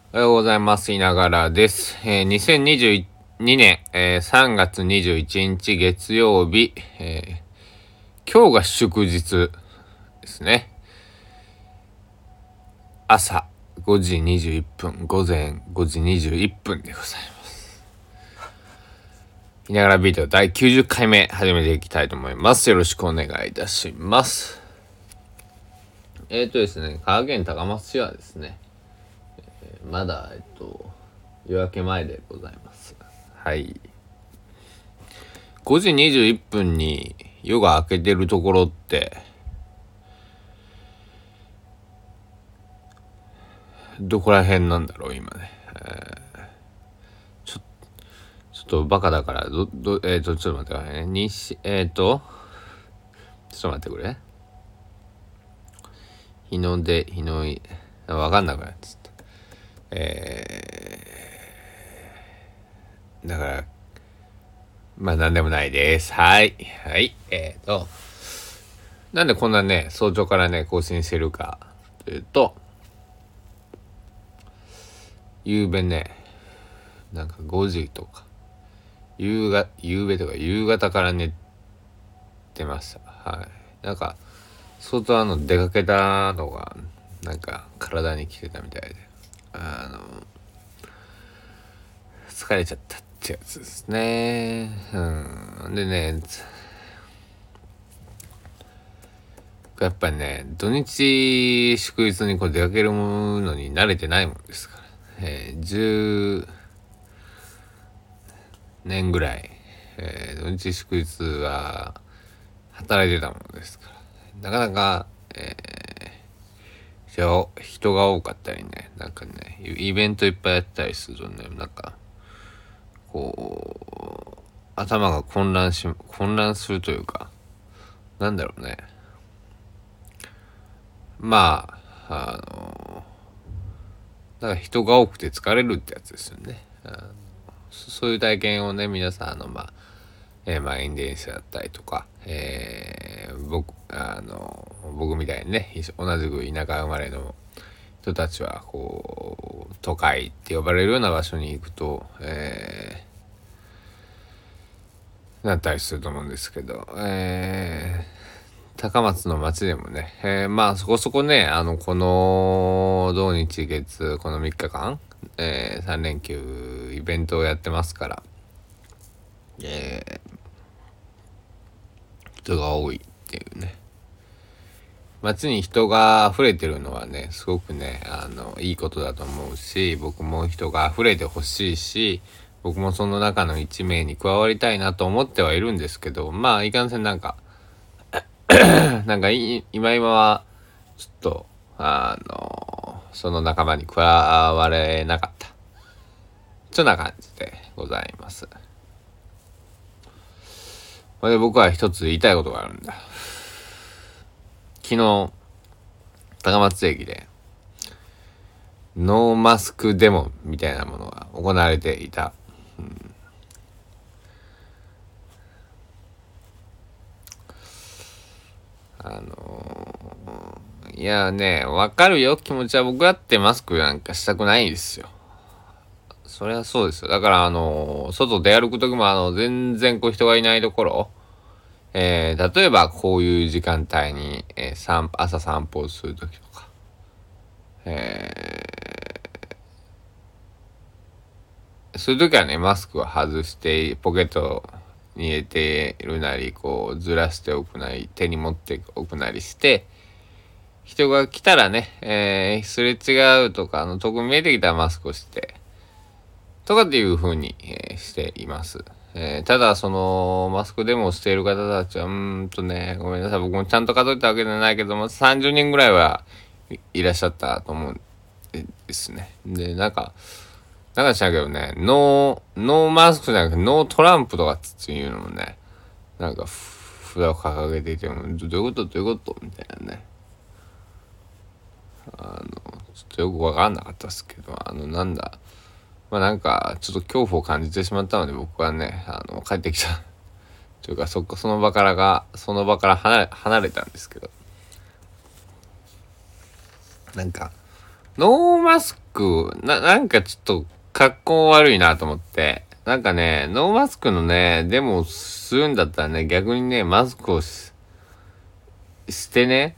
おはようございます。いながらです。2022年、3月21日月曜日、今日が祝日ですね。朝5時21分、午前5時21分でございます。いながらビデオ第90回目始めていきたいと思います。よろしくお願いいたします。ですね、香川県高松市はですね、まだ、夜明け前でございます。はい。5時21分に夜が明けてるところって、どこら辺なんだろう、今ね。ちょっとバカだから、ちょっと待ってくださいね。ちょっと待ってくれ。日の出、日の入り、わかんなくなっちゃった。だから、まあなんでもないです。はい。はい。なんでこんなね、早朝からね、更新してるかというと、夕べね、なんか5時とか、夕べとか夕方から寝てました。はい。なんか、相当出かけたのが、なんか体に来てたみたいで、疲れちゃったってやつですね。でね、やっぱりね、土日祝日にこう出かけるのに慣れてないもんですから、10年ぐらい、土日祝日は働いてたものですから、なかなか、人が多かったりね、なんかね、イベントいっぱいやったりするとね、なんか、こう、頭が混乱するというか、なんだろうね。まあ、なんか人が多くて疲れるってやつですよね。そういう体験をね、皆さん、満員電車だったりとか、僕みたいにね、同じく田舎生まれの人たちは、こう、都会って呼ばれるような場所に行くと、なったりすると思うんですけど、高松の街でもね、まあそこそこね、この土日月、この3日間、3連休イベントをやってますから、人が多いっていうね。街に人が溢れてるのはね、すごくね、いいことだと思うし、僕も人が溢れてほしいし、僕もその中の一名に加わりたいなと思ってはいるんですけど、まあ、いかんせんなんか、今は、ちょっと、その仲間に加われなかった。そんな感じでございます。これで僕は一つ言いたいことがあるんだ。昨日、高松駅で、ノーマスクデモみたいなものが行われていた。いやね、わかるよ、気持ちは。僕だってマスクなんかしたくないですよ。そりゃそうですよ。だから外出歩くときも全然こう人がいないところ、例えばこういう時間帯に、朝散歩をするときとか、そういうときはね、マスクを外してポケットに入れているなり、こうずらしておくなり、手に持っておくなりして、人が来たらね、すれ違うとか、遠く見えてきたらマスクをして、とかっていう風に、しています。ただ、その、マスクデモをしている方たちは、ごめんなさい。僕もちゃんと数えたわけじゃないけども、30人ぐらいはいらっしゃったと思うんですね。で、なんか知らんけどね、ノーマスクじゃなくて、ノートランプとかっていうのもね、なんか、札を掲げていても、どういうことみたいなね。ちょっとよくわかんなかったですけど、まあなんか、ちょっと恐怖を感じてしまったので、僕はね、帰ってきた。というか、その場から離れたんですけど、なんか、 ノーマスク、なんかちょっと格好悪いなと思って。なんかね、ノーマスクのね、デモをするんだったらね、逆にね、マスクをしてね、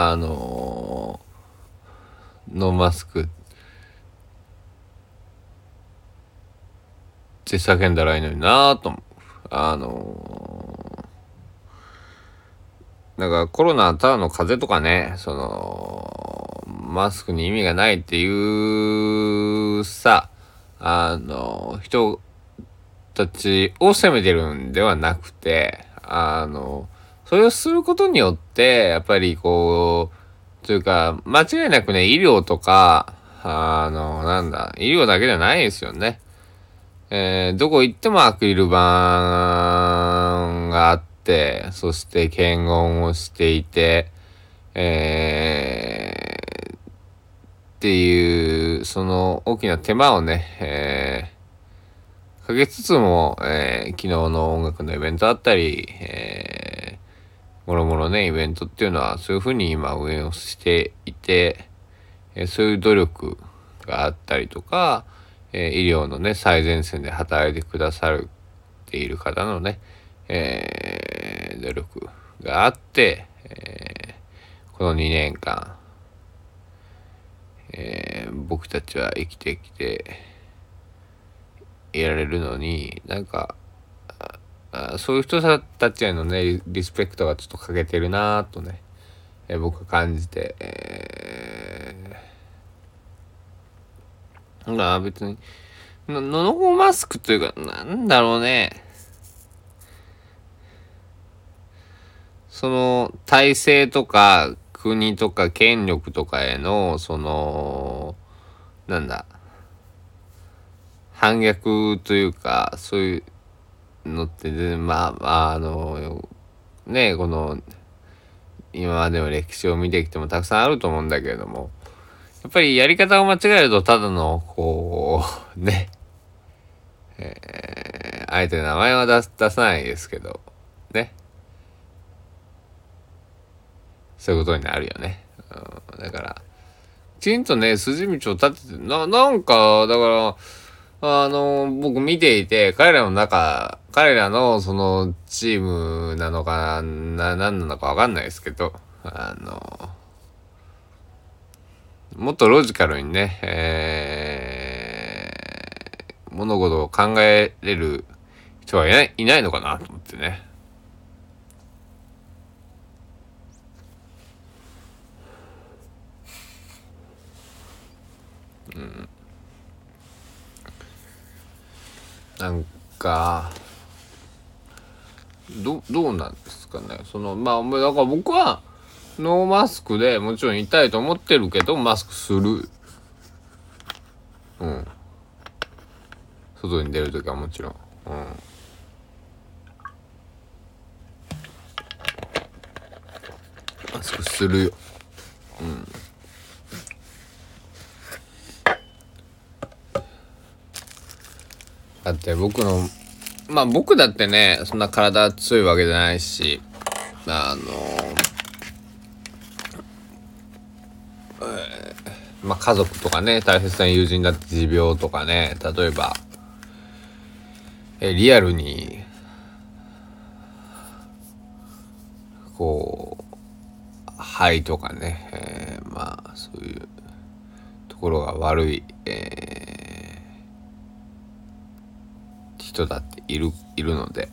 ノーマスクって叫んだらいいのになぁと思う。だからコロナはただの風邪とかね、マスクに意味がないっていうさ、人たちを責めてるんではなくて、それをすることによって、やっぱりこう、というか、間違いなくね、医療とか、医療だけじゃないですよね。どこ行ってもアクリル板があって、そして検温をしていて、っていう、その大きな手間をね、かけつつも、昨日の音楽のイベントだったり、もろもろね、イベントっていうのはそういうふうに今運営をしていて、そういう努力があったりとか、医療のね、最前線で働いてくださっている方のね、努力があって、この2年間、僕たちは生きてきていられるのに、なんか、そういう人たちへのね、リスペクトがちょっと欠けてるなぁとね、僕は感じて、まあ別に、ノーマスクというか、なんだろうね。その、体制とか、国とか権力とかへの、なんだ、反逆というか、そういうのって、ね、今までの歴史を見てきてもたくさんあると思うんだけれども、やっぱりやり方を間違えると、ただの、ね、あえて名前は出さないですけど、ね、そういうことになるよね。だから、きちんとね、筋道を立てて、なんか、だから、僕見ていて、彼らのそのチームなのか何なのかわかんないですけど、もっとロジカルにね、物事を考えれる人はいないのかなと思ってね。なんか、どうなんですかね。だから僕は、ノーマスクでもちろんいたいと思ってるけど、マスクする。うん。外に出るときはもちろん。うん。マスクするよ。だって僕だってね、そんな体強いわけじゃないし、家族とかね、大切な友人だって持病とかね、例えば、リアルに、肺とかね、そういうところが悪い、人だっているので、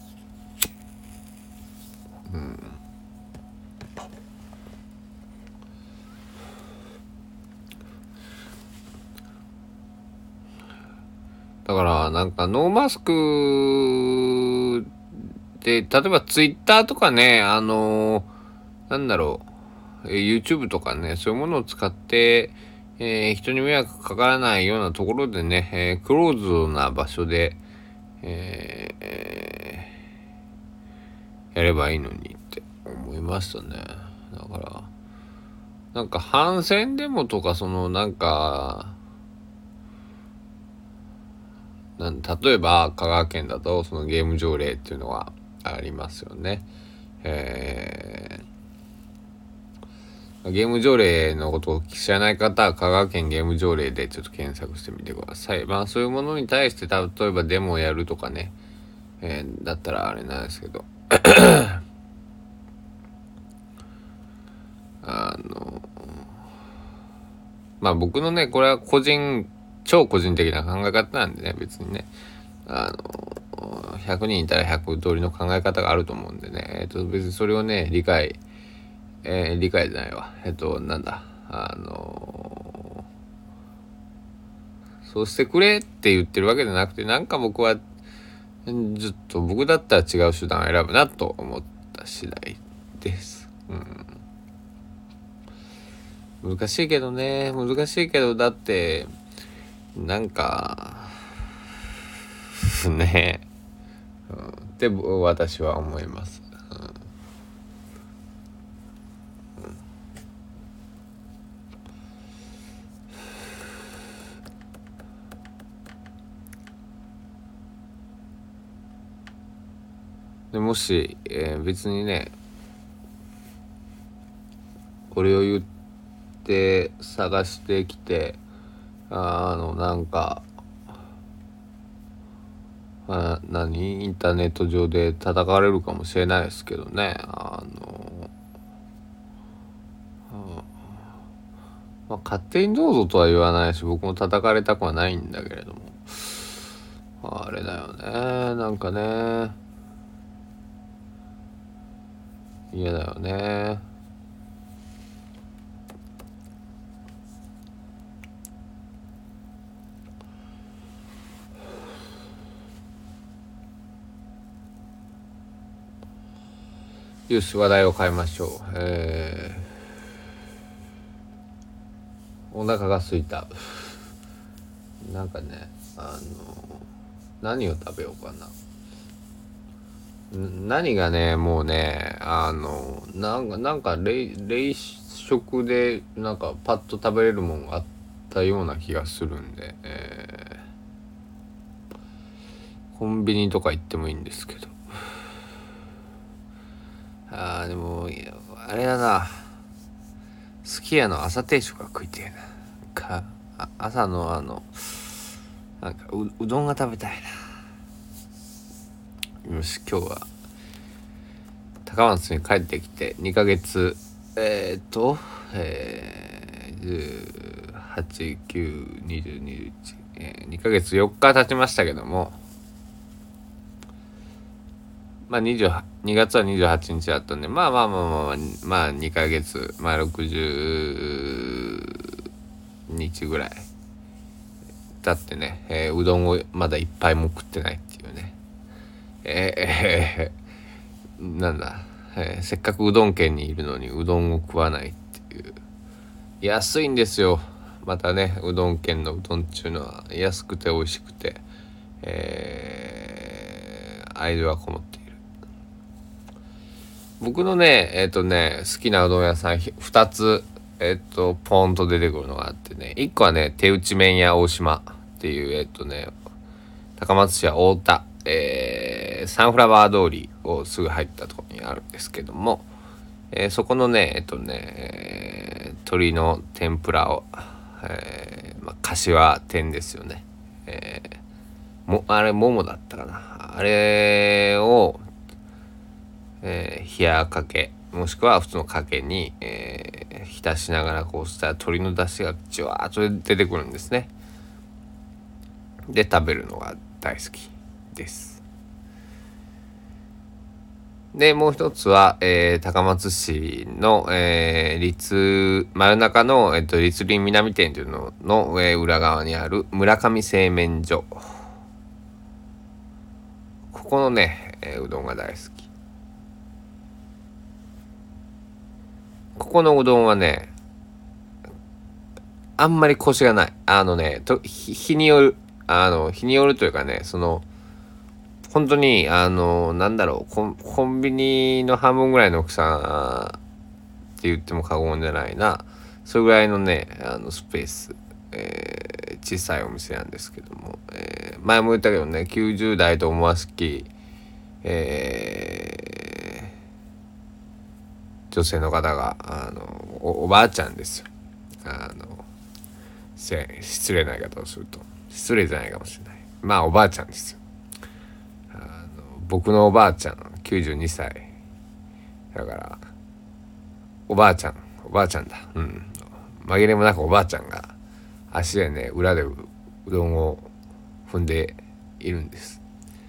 だからなんかノーマスクで、例えばツイッターとかね、なんだろう、YouTube とかね、そういうものを使って、人に迷惑かからないようなところでね、クローズドな場所で、やればいいのにって思いましたね。だから、なんか反戦デモとか、例えば香川県だとそのゲーム条例っていうのはありますよね。 ゲーム条例のことを知らない方は香川県ゲーム条例でちょっと検索してみてください。まあそういうものに対して例えばデモをやるとかね、だったらあれなんですけどまあ僕のねこれは超個人的な考え方なんでね、別にね100人いたら100通りの考え方があると思うんでね、別にそれをね理解じゃないわなんだそうしてくれって言ってるわけじゃなくて、なんか僕はちょっと僕だったら違う手段を選ぶなと思った次第です。難しいけどね、だってなんかね、って私は思います。でもし、別にねこれを言って探してきてなんかインターネット上で叩かれるかもしれないですけどね、まあ、勝手にどうぞとは言わないし、僕も叩かれたくはないんだけれども、あれだよね、なんかね嫌だよね。よし、話題を変えましょう。お腹が空いた。なんかね何を食べようかな。何がねもうねなんか冷食でなんかパッと食べれるもんがあったような気がするんで、コンビニとか行ってもいいんですけど、でもあれだな、すき家の朝定食が食いてえな。朝のなんかうどんが食べたいな。よし、今日は高松に帰ってきて2ヶ月18、9、20、21、2ヶ月4日経ちましたけども、まあ2月は28日だったんで、まあ2ヶ月、まあ60日ぐらい経ってね、うどんをまだ一杯も食ってないっていうね。なんだ、せっかくうどん県にいるのにうどんを食わないっていう。安いんですよ。またね、うどん県のうどんっていうのは安くて美味しくて、愛情がこもっている。僕のね好きなうどん屋さん2つポンと出てくるのがあってね、1個はね手打ち麺屋大島っていう高松市は太田、サンフラワー通りをすぐ入ったところにあるんですけども、そこのね鶏の天ぷらを、柏天ですよね、あれももだったかな、あれを、冷やかけもしくは普通のかけに、浸しながらこうしたら鶏の出汁がじわーっと出てくるんですね。で食べるのが大好きです。でもう一つは、高松市の、真夜中の、立林南店というのの、裏側にある村上製麺所、ここのね、うどんが大好き。ここのうどんはねあんまりコシがない。日によるというかね、本当になんだろう、コンビニの半分ぐらいの大きさって言っても過言じゃないな、それぐらいのねスペース、小さいお店なんですけども、前も言ったけどね90代と思わしき、 女性の方がおばあちゃんですよ。失礼な言い方をすると失礼じゃないかもしれない。まあおばあちゃんですよ。僕のおばあちゃん92歳だからおばあちゃんだ。紛れもなくおばあちゃんが足でね裏でうどんを踏んでいるんです。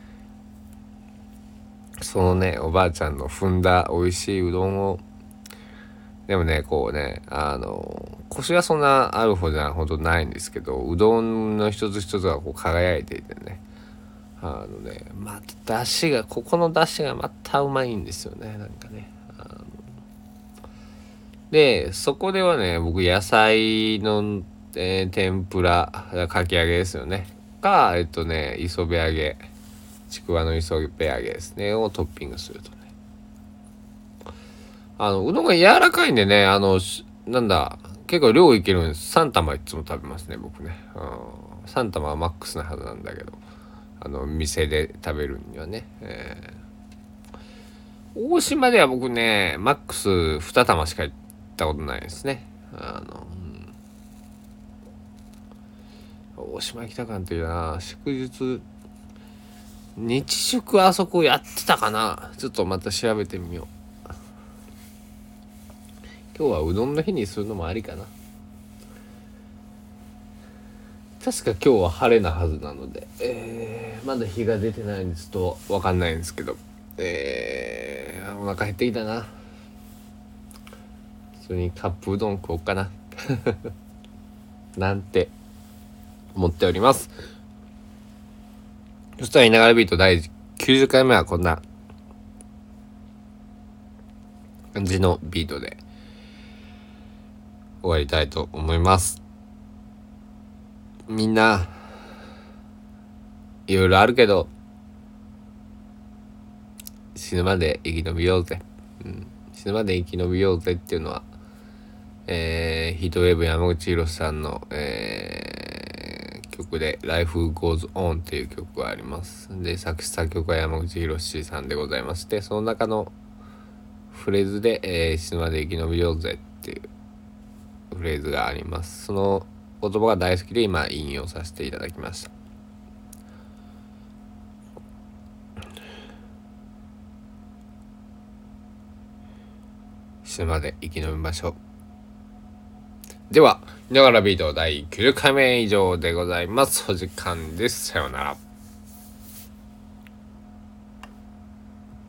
そのねおばあちゃんの踏んだ美味しいうどんをでもねこうねコシはそんなある方じゃほんとないんですけど、うどんの一つ一つがこう輝いていてねまた出汁がここの出汁がまたうまいんですよね。なんかねでそこではね僕野菜の、天ぷらかき揚げですよねか磯辺揚げちくわの磯辺揚げですねをトッピングするとねうどんが柔らかいんでねなんだ結構量いけるんです。3玉いつも食べますね僕ね。3玉はマックスなはずなんだけど店で食べるにはね、大島では僕ねマックス2玉しか行ったことないですね。大島行きたかったよな。祝日日祝あそこやってたかな。ちょっとまた調べてみよう。今日はうどんの日にするのもありかな。確か今日は晴れなはずなので、まだ日が出てないんですと分かんないんですけど、お腹減ってきたな。普通にカップうどん食おうかななんて思っております。そしたらいながらビート第90回目はこんな感じのビートで終わりたいと思います。みんないろいろあるけど死ぬまで生き延びようぜ、死ぬまで生き延びようぜっていうのは、ヒートウェーブ山口博さんの、曲で Life Goes On っていう曲があります。で作詞作曲は山口博さんでございまして、その中のフレーズで、死ぬまで生き延びようぜっていうフレーズがあります。その言葉が大好きで今引用させていただきました。死ぬまで生き延びましょう。では、ながらビート第9回目以上でございます。お時間です。さようなら。